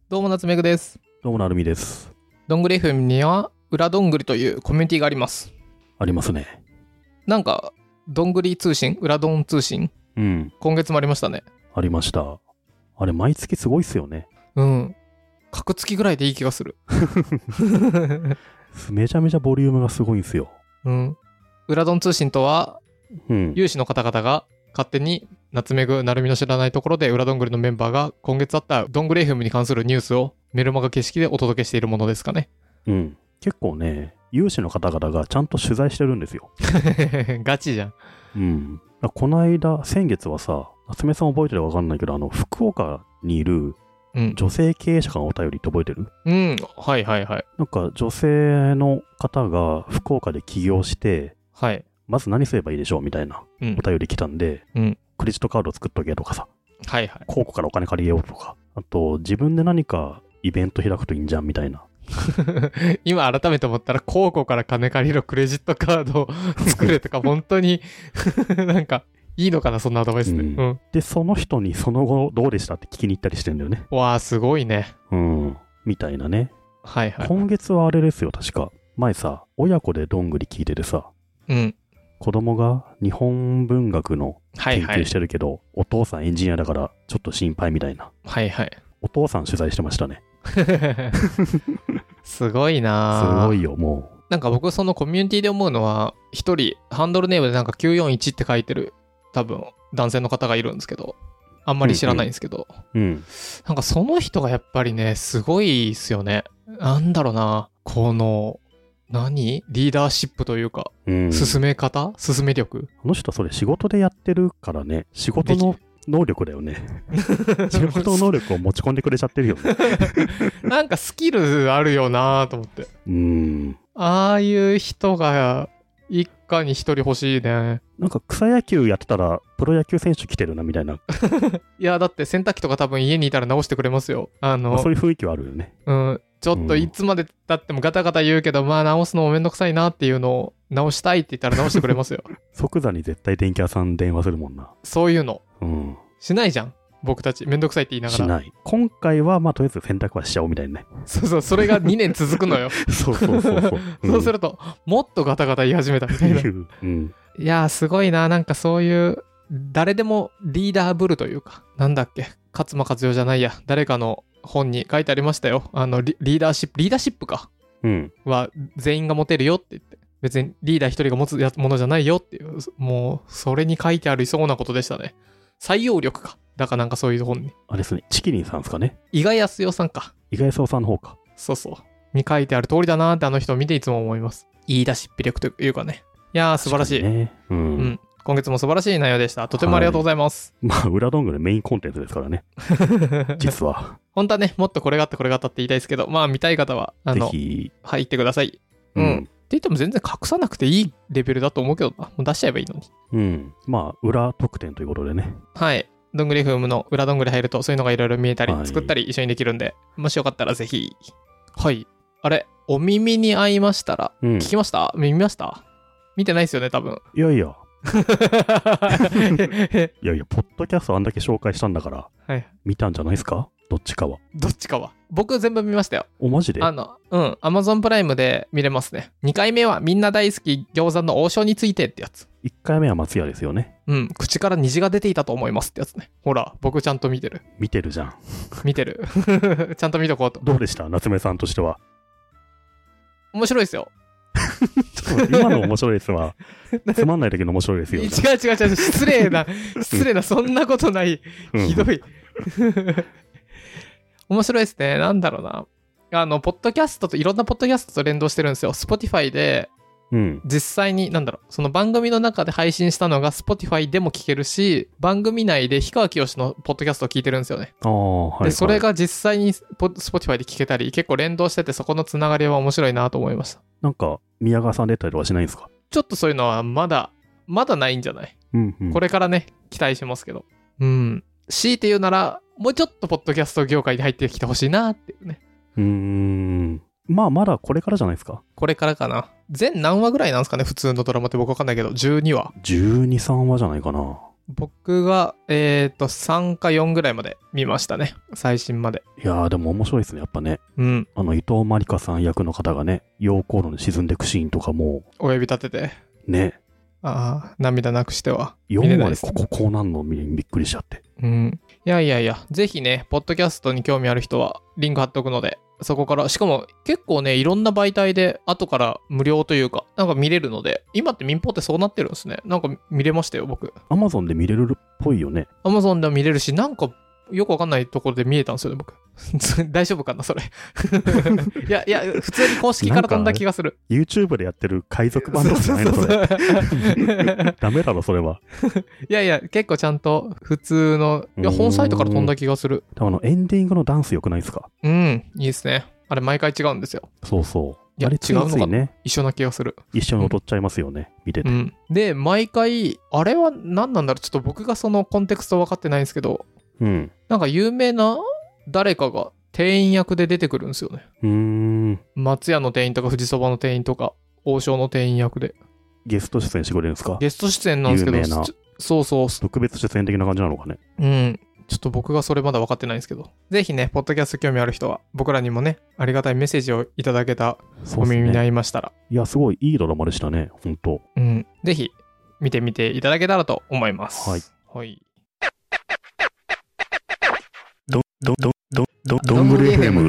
どうも夏目ぐです。 どうもなるみです。 どんぐり FM には裏どんぐりというコミュニティがあります。 ありますね。 なんかどんぐり通信、裏どん通信、今月もありましたね。 ありました。あれ毎月すごいっすよね。 格付きぐらいでいい気がする。 めちゃめちゃボリュームがすごいんすよ。 裏どん通信とは、有志の方々が勝手に夏目ぐなるみの知らないところで裏どんぐりのメンバーが今月あったどんぐり FM に関するニュースをメルマガ形式でお届けしているものですかね。 結構ね、有志の方々がちゃんと取材してるんですよ。 ガチじゃん。 この間、先月はさ、夏目さん覚えてるか分かんないけど、福岡にいる女性経営者からお便りって覚えてる？ はいはいはい。 なんか女性の方が福岡で起業して、まず何すればいいでしょうみたいなお便り来たんで、クレジットカード作っとけとかさ、公庫からお金借りようとか、あと自分で何かイベント開くといいんじゃんみたいな。 今改めて思ったら公庫から金借りろクレジットカードを作れとか本当になんかいいのかなそんなアドバイスで、 でその人にその後どうでしたって聞きに行ったりしてんだよね。 わあすごいね。 みたいなね。今月はあれですよ確か。前さ親子でどんぐり聞いててさ、子供が日本文学の研究してるけど、お父さんエンジニアだからちょっと心配みたいな。お父さん取材してましたね。 すごいな。 すごいよもう。 なんか僕そのコミュニティで思うのは、一人ハンドルネームでなんか941って書いてる多分男性の方がいるんですけど、あんまり知らないんですけど、なんかその人がやっぱりねすごいっすよね。なんだろうな、このリーダーシップというか、進め力。 あの人はそれ仕事でやってるからね。仕事の能力だよね。仕事の能力を持ち込んでくれちゃってるよね。 なんかスキルあるよなと思って。ああいう人が一家に一人欲しいね。 なんか草野球やってたらプロ野球選手来てるなみたいな。 いやだって洗濯機とか多分家にいたら直してくれますよ。 そういう雰囲気はあるよね。 ちょっといつまで経ってもガタガタ言うけど、直すのもめんどくさいなっていうのを直したいって言ったら直してくれますよ。 即座に絶対電気屋さん電話するもんな。 そういうの。しないじゃん。僕たちめんどくさいって言いながら。 しない。今回はとりあえず洗濯はしちゃおうみたいなね。 そう、それが2年続くのよ。 そう。 そうすると、もっとガタガタ言い始めたみたいな。いやーすごいな。なんかそういう誰でもリーダーぶるというか、なんだっけ、勝間和代じゃないや、誰かの本に書いてありましたよ。リーダーシップか、は全員が持てるよって言って、別にリーダー一人が持つものじゃないよっていう、もうそれに書いてありそうなことでしたね。採用力か。だからなんかそういう本に。 あれですね、チキリンさんですかね。 伊賀康代さんか。 伊賀康代さんの方か。 そうに書いてある通りだなーってあの人を見ていつも思います。言い出しっぺ力というかね。いやー素晴らしい。今月も素晴らしい内容でした。とてもありがとうございます。 裏どんぐりメインコンテンツですからね。実は。 本当はね、もっとこれがあったって言いたいですけど、見たい方は、ぜひ、入ってください。って言っても全然隠さなくていいレベルだと思うけどな。もう出しちゃえばいいのに。 裏特典ということでね。 どんぐりフームの裏どんぐり入ると、そういうのがいろいろ見えたり、作ったり一緒にできるんで、もしよかったらぜひ。あれ、お耳に合いましたら、聞きました？見ました？見てないですよね、多分。 いや、ポッドキャストあんだけ紹介したんだから、見たんじゃないですか？どっちかは。 僕全部見ましたよ。 マジで Amazon プライムで見れますね。2回目はみんな大好き餃子の王将についてってやつ。 1回目は松屋ですよね。 口から虹が出ていたと思いますってやつね。ほら、僕ちゃんと見てる。 見てるじゃん。 見てる。ちゃんと見とこうと。 どうでした？夏目さんとしては。 面白いですよ。 今の面白いですわ。つまんない時の面白いですよ。 違う。失礼な、そんなことない。ひどい。面白いですね。なんだろうな。ポッドキャストといろんなポッドキャストと連動してるんですよ。Spotify で、実際に、その番組の中で配信したのが Spotify でも聞けるし、番組内で氷川きよしのポッドキャストを聞いてるんですよね。で、それが実際に Spotify で聞けたり、結構連動してて、そこのつながりは面白いなと思いました。 なんか、宮川さん出たりとかしないんですか？ ちょっとそういうのはまだないんじゃない？これからね、期待しますけど。強いて言うなら、もうちょっとポッドキャスト業界に入ってきてほしいなっていうね。 まだこれからじゃないですか？ これからかな。全何話ぐらいなんですかね、普通のドラマって。僕わかんないけど、12話。 12、3話じゃないかな。 僕が、3か4ぐらいまで見ましたね。最新まで。 いやー、でも面白いですね、やっぱね。 うん。 伊藤まりかさん役の方がね、溶鉱炉に沈んでくシーンとかも。 親指立てて。 ね。 ああ、涙なくしては。 4話でこうなんのびっくりしちゃって。 うん。いや、ぜひね、ポッドキャストに興味ある人は、リンク貼っておくので、そこから、しかも結構ね、いろんな媒体で後から無料というか、なんか見れるので、今って民放ってそうなってるんですね。なんか見れましたよ、僕。 Amazon で見れるっぽいよね。 Amazon でも見れるし、なんかよくわかんないところで見えたんですよね、僕。大丈夫かな、それ。いや、普通に公式から飛んだ気がする。 YouTube でやってる海賊版とかじゃないのそれ。ダメだろ、それは。 いや、結構ちゃんと普通の、いや、本サイトから飛んだ気がする。 エンディングのダンス良くないですか？ うん、いいですね。あれ、毎回違うんですよ。 そうそう。 いや、違うのかね。一緒な気がする。 一緒に踊っちゃいますよね、見てて。 で、毎回、あれは何なんだろう、ちょっと僕がそのコンテクスト分かってないんですけど、なんか有名な誰かが店員役で出てくるんですよね。松屋の店員とか富士そばの店員とか王将の店員役でゲスト出演してくれるんですか？ ゲスト出演なんですけど、有名なそう特別出演的な感じなのかね。 ちょっと僕がそれまだ分かってないんですけど、ぜひね、ポッドキャスト興味ある人は僕らにもね、ありがたいメッセージをいただけたお耳になりましたら、 いや、すごいいいドラマでしたね、本当。 ぜひ見てみていただけたらと思います。はい。 どんぐり FM。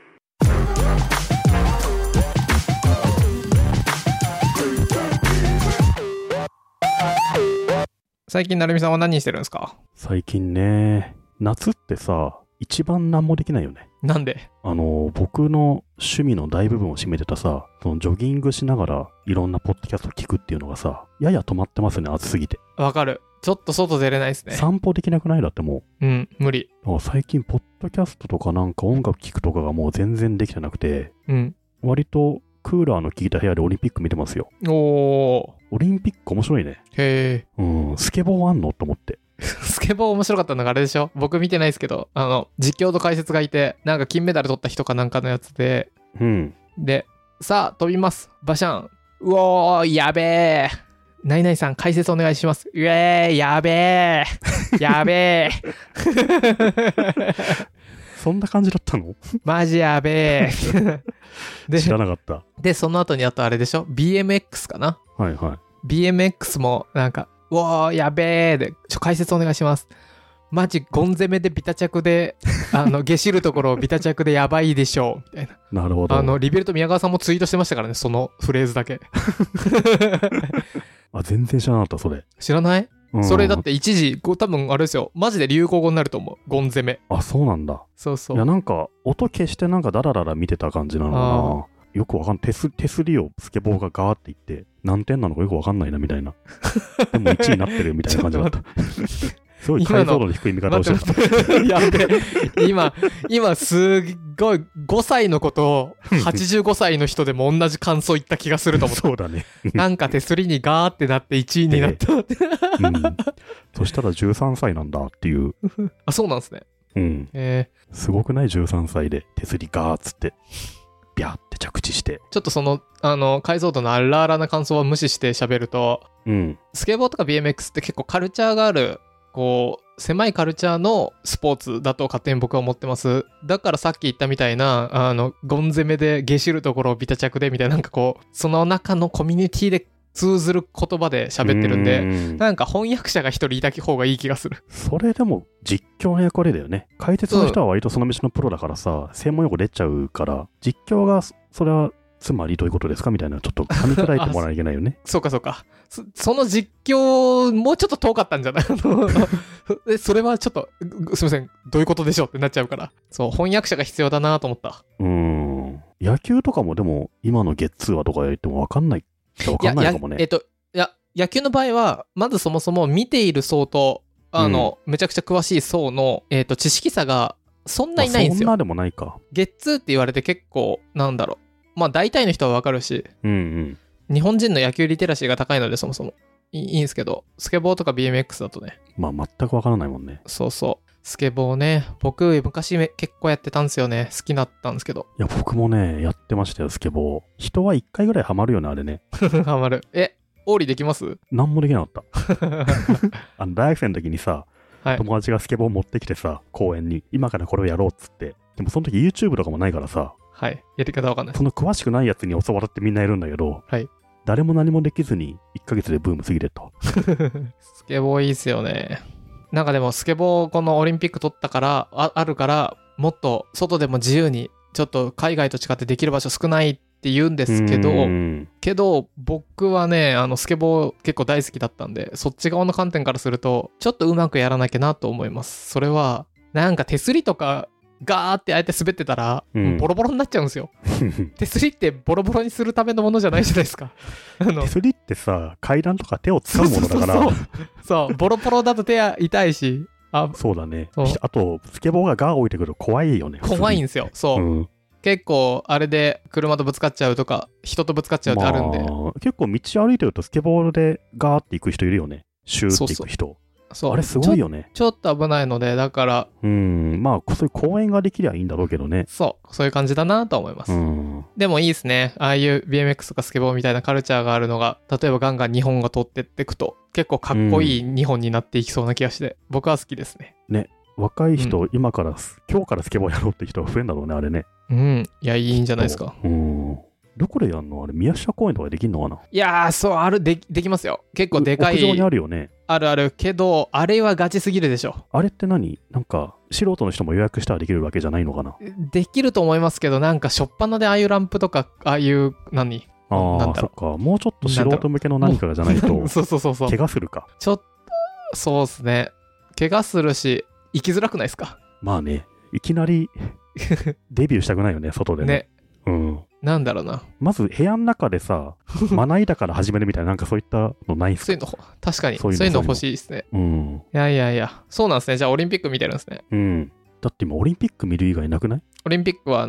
最近、なるみさんは何してるんですか？ 最近ね、夏ってさ、一番何もできないよね。 なんで？ 僕の趣味の大部分を占めてたさ、そのジョギングしながらいろんなポッドキャスト聞くっていうのがさ、やや止まってますよね、暑すぎて。 わかる。ちょっと外出れないですね。 散歩できなくない？だってもう。無理。 最近、ポッドキャストとかなんか音楽聞くとかがもう全然できてなくて、割とクーラーの効いた部屋でオリンピック見てますよ。オリンピック面白いね。 へえ。スケボーあんのと思って。 スケボー面白かったのがあれでしょ？僕見てないですけど、実況と解説がいて、なんか金メダル取った人かなんかのやつで、で、さあ飛びます。バシャン。うおー、やべえ。ナイナイさん解説お願いします。やべえ。やべえ。 そんな感じだったの？ マジやべえ。 で、知らなかった。 で、その後にあとあれでしょ？ BMX かな？ はいはい。 BMX もなんか、うおー、やべえで、解説お願いします。マジゴン攻めでビタ着で、下知るところビタ着でやばいでしょう。みたいな。 なるほど。 リベルト宮川さんもツイートしてましたからね、そのフレーズだけ。 全然知らなかった、それ。 知らない？それだって一時、多分あれですよ、マジで流行語になると思う。ゴン攻め。 そうなんだ。 そうそう。 いや、なんか、音消してなんかダラダラ見てた感じなのかな。よくわかんない。手すりをスケボーがガーっていって、何点なのかよくわかんないな、みたいな。でも1位になってるみたいな感じだった。すごい解像度の低い見方をしてた。 やべえ。今すっごい5歳の子と85歳の人でも同じ感想言った気がすると思った。 そうだね。 なんか手すりにガーってなって1位になった。 そしたら13歳なんだっていう。 そうなんですね。 すごくない？ 13 歳で手すりガーっつって。ビャーって着地して。 ちょっとその、解像度のあらあらな感想は無視して喋ると、スケボーとか BMX って結構カルチャーがある、こう、狭いカルチャーのスポーツだと勝手に僕は思ってます。だからさっき言ったみたいな、ゴン攻めで下知るところをビタ着でみたいな、なんかこう、その中のコミュニティで通ずる言葉で喋ってるんで、なんか翻訳者が一人いた方がいい気がする。 それでも実況の役割だよね。解説の人は割とその道のプロだからさ、専門用語出ちゃうから、実況がそれはつまりどういうことですかみたいな、ちょっみ砕いてもらわなきゃいけないよね。 そうか。その実況、もうちょっと遠かったんじゃないそれはちょっと、すいません、どういうことでしょうってなっちゃうから。そう、翻訳者が必要だなと思った。 野球とかもでも、今のゲッツーはとか言っても分かんないかもね。 野球の場合は、まずそもそも見ている層と、めちゃくちゃ詳しい層の、知識差がそんなにないんですよ。 そんなでもないか。 ゲッツーって言われて結構、なんだろう。まあ大体の人はわかるし、日本人の野球リテラシーが高いのでそもそもいいんですけど、スケボーとか BMX だとね。 まあ全くわからないもんね。 そうそう。スケボーね、僕昔結構やってたんですよね。好きだったんですけど。 いや僕もね、やってましたよ、スケボー。人は1回ぐらいハマるよね、あれね。 ハマる。 オーリーできます？ なんもできなかった大学生の時にさ、はい、友達がスケボー持ってきてさ、公園に今からこれをやろうっつって、でもその時 YouTube とかもないからさ、 はい、やり方わかんない。 その詳しくないやつに教わるってみんないるんだけど、はい、誰も何もできずに1ヶ月でブーム過ぎてた。 スケボーいいっすよね。なんかでもスケボーこのオリンピック取ったからあるから、もっと外でも自由にちょっと海外と違ってできる場所少ないって言うんですけど僕はねスケボー結構大好きだったんで、そっち側の観点からするとちょっとうまくやらなきゃなと思います。それはなんか手すりとかガーってあえて滑ってたら、ボロボロになっちゃうんですよ。手すりってボロボロにするためのものじゃないじゃないですか。 手すりってさ、階段とか手を使うものだから。 そうボロボロだと手痛いし。 そうだね。あとスケボーがガー置いてくると怖いよね。 怖いんですよ。そう、結構あれで車とぶつかっちゃうとか人とぶつかっちゃうってあるんで、 結構道歩いてるとスケボーでガーって行く人いるよね。シューって行く人。そうあれすごいよね。 ちょっと危ないので、だからまあそういう公園ができりゃいいんだろうけどね。 そういう感じだなと思います。でもいいですね。ああいう BMX とかスケボーみたいなカルチャーがあるのが、例えばガンガン日本が通ってってくと結構かっこいい日本になっていきそうな気がして、僕は好きですね。 ね、若い人、今から、今日からスケボーやろうって人が増えるんだろうね、あれね。 いや、いいんじゃないですか。 どこでやんのあれ、宮下公園とかできんのかな。 いやー、そう、できますよ。結構でかい。 屋上にあるよね。 あるけど、あれはガチすぎるでしょ。 あれって何？なんか、素人の人も予約したらできるわけじゃないのかな。 できると思いますけど、なんか、しょっぱなでああいうランプとか、ああいう、そっか。もうちょっと素人向けの何かじゃないと、 そう。 怪我するか。 そうですね。怪我するし、行きづらくないですか？ まあね、いきなりデビューしたくないよね、外でね。 なんだろうな。 まず部屋の中でさ、まな板から始めるみたいな、なんかそういったのないっすか？ そういうの、確かに。そういうの欲しいですね。いや。そうなんですね。じゃあオリンピック見てるんですね。 だって今オリンピック見る以外なくない？ オリンピックは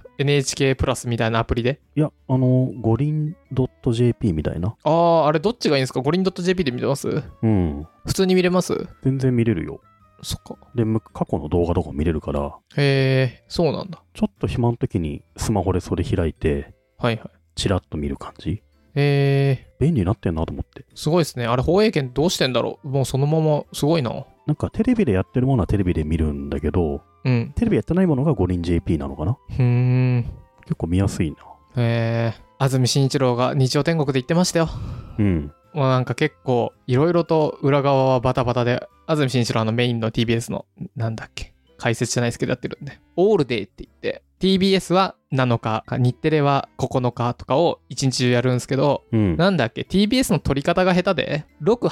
NHK プラスみたいなアプリで？ いや、五輪 .jp みたいな。 あれどっちがいいんですか？五輪 .jp で見てます？普通に見れます？ 全然見れるよ。 そっか。 で、過去の動画とか見れるから。 へえ、そうなんだ。 ちょっと暇の時にスマホでそれ開いて、チラッと見る感じ。便利になってんなと思って。 すごいですね。あれ放映権どうしてんだろう。もうそのまますごいな。 なんかテレビでやってるものはテレビで見るんだけど、テレビやってないものが五輪 JP なのかな。結構見やすいな。 安住紳一郎が日曜天国で言ってましたよ。もうなんか結構いろいろと裏側はバタバタで、安住紳一郎メインの TBS のなんだっけ、解説じゃないですけどやってるんで、オールデイって言って TBS は7日、日テレは9日とかを一日中やるんですけど、なんだっけ TBS の撮り方が下手で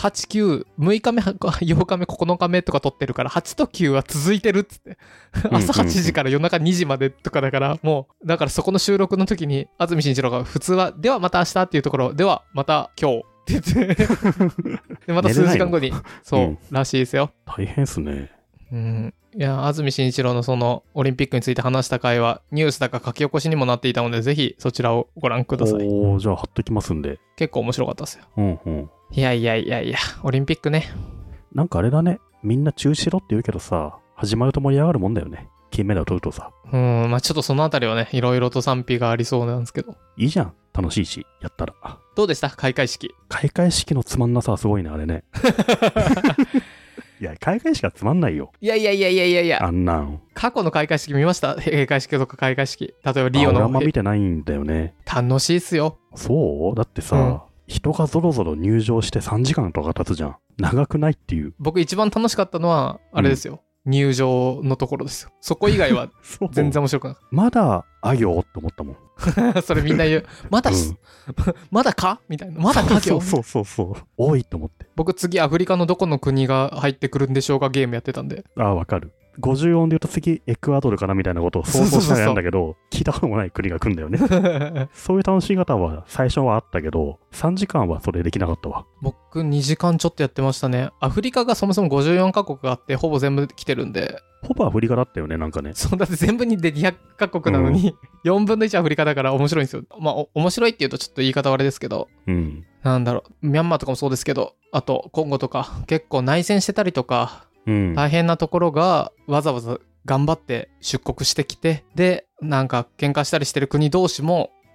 6、8、9、6日目、8日目、9日目とか撮ってるから8と9は続いてるっつって朝8時から夜中2時までとかだから、もうだからそこの収録の時に安住紳一郎が普通はではまた明日っていうところではまた今日って言ってでまた数時間後にらしいですよ。 大変っすね。 いや、安住紳一郎のそのオリンピックについて話した回はニュースだか書き起こしにもなっていたので、ぜひそちらをご覧ください。 じゃあ貼っときますんで。 結構面白かったですよ。いや、オリンピックね。 なんかあれだね、みんな中止しろって言うけどさ、始まると盛り上がるもんだよね。金メダル取るとさ。 まあちょっとそのあたりはね、いろいろと賛否がありそうなんですけど。 いいじゃん。楽しいし、やったら。 どうでした開会式？ 開会式のつまんなさはすごいね、あれね。いや、開会式はつまんないよ。 いや。 あんなん。 過去の開会式見ました？閉会式とか開会式。例えばリオの。 俺あんま見てないんだよね。 楽しいっすよ。 そう？だってさ、人がぞろぞろ入場して3時間とか経つじゃん。長くないっていう。 僕一番楽しかったのは、あれですよ。入場のところですよ。そこ以外は全然面白くない。 まだあ行って思ったもん。 それみんな言う。まだ、まだかみたいな。まだか行。 そう。多いと思って。 僕次アフリカのどこの国が入ってくるんでしょうかゲームやってたんで。 わかる。50音で言うと次エクアドルかなみたいなことを想像しながらやるんだけど、聞いたこともない国が来るんだよね。そういう楽しみ方は最初はあったけど、3時間はそれできなかったわ。 僕2時間ちょっとやってましたね。アフリカがそもそも54カ国があって、ほぼ全部来てるんで。 ほぼアフリカだったよね、なんかね。 そう、だって全部にで200カ国なのに、4分の1アフリカだから面白いんですよ。まあ、面白いって言うとちょっと言い方悪いですけど、なんだろう、ミャンマーとかもそうですけど、あとコンゴとか結構内戦してたりとか、大変なところがわざわざ頑張って出国してきて、でなんか喧嘩したりしてる国同士も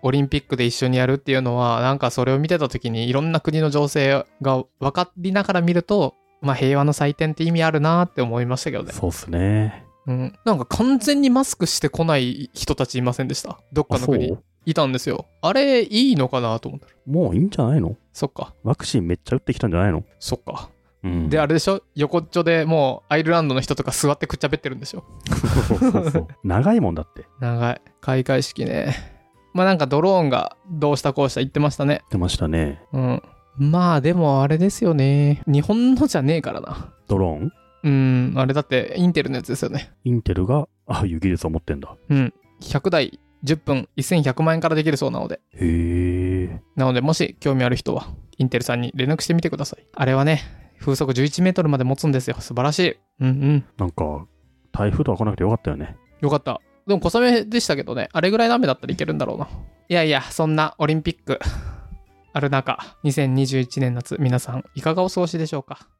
オリンピックで一緒にやるっていうのは、なんかそれを見てた時にいろんな国の情勢が分かりながら見ると、まあ平和の祭典って意味あるなって思いましたけどね。 そうっすね。 うん。なんか完全にマスクしてこない人たちいませんでした？どっかの国。いたんですよ。あれ、いいのかなと思ったら。 もういいんじゃないの？ そっか。 ワクチンめっちゃ打ってきたんじゃないの？ そっか。 うん、 で、あれでしょ？横っちょでもうアイルランドの人とか座ってくっちゃべってるんでしょ？ そう長いもんだって。 長い。開会式ね。まあなんかドローンがどうしたこうした言ってましたね。 言ってましたね。 うん。まあでもあれですよね。日本のじゃねえからな。 ドローン？あれだってインテルのやつですよね。 インテルがああいう技術を持ってんだ。 うん。100台10分1100万円からできるそうなので。 へえ。 なのでもし興味ある人はインテルさんに連絡してみてください。あれはね、風速11メートルまで持つんですよ。素晴らしい。うんうん。 なんか台風とは来なくてよかったよね。 よかった。でも小雨でしたけどね、あれぐらいの雨だったらいけるんだろうな。いやいや、そんなオリンピックある中、2021年夏、皆さんいかがお過ごしでしょうか。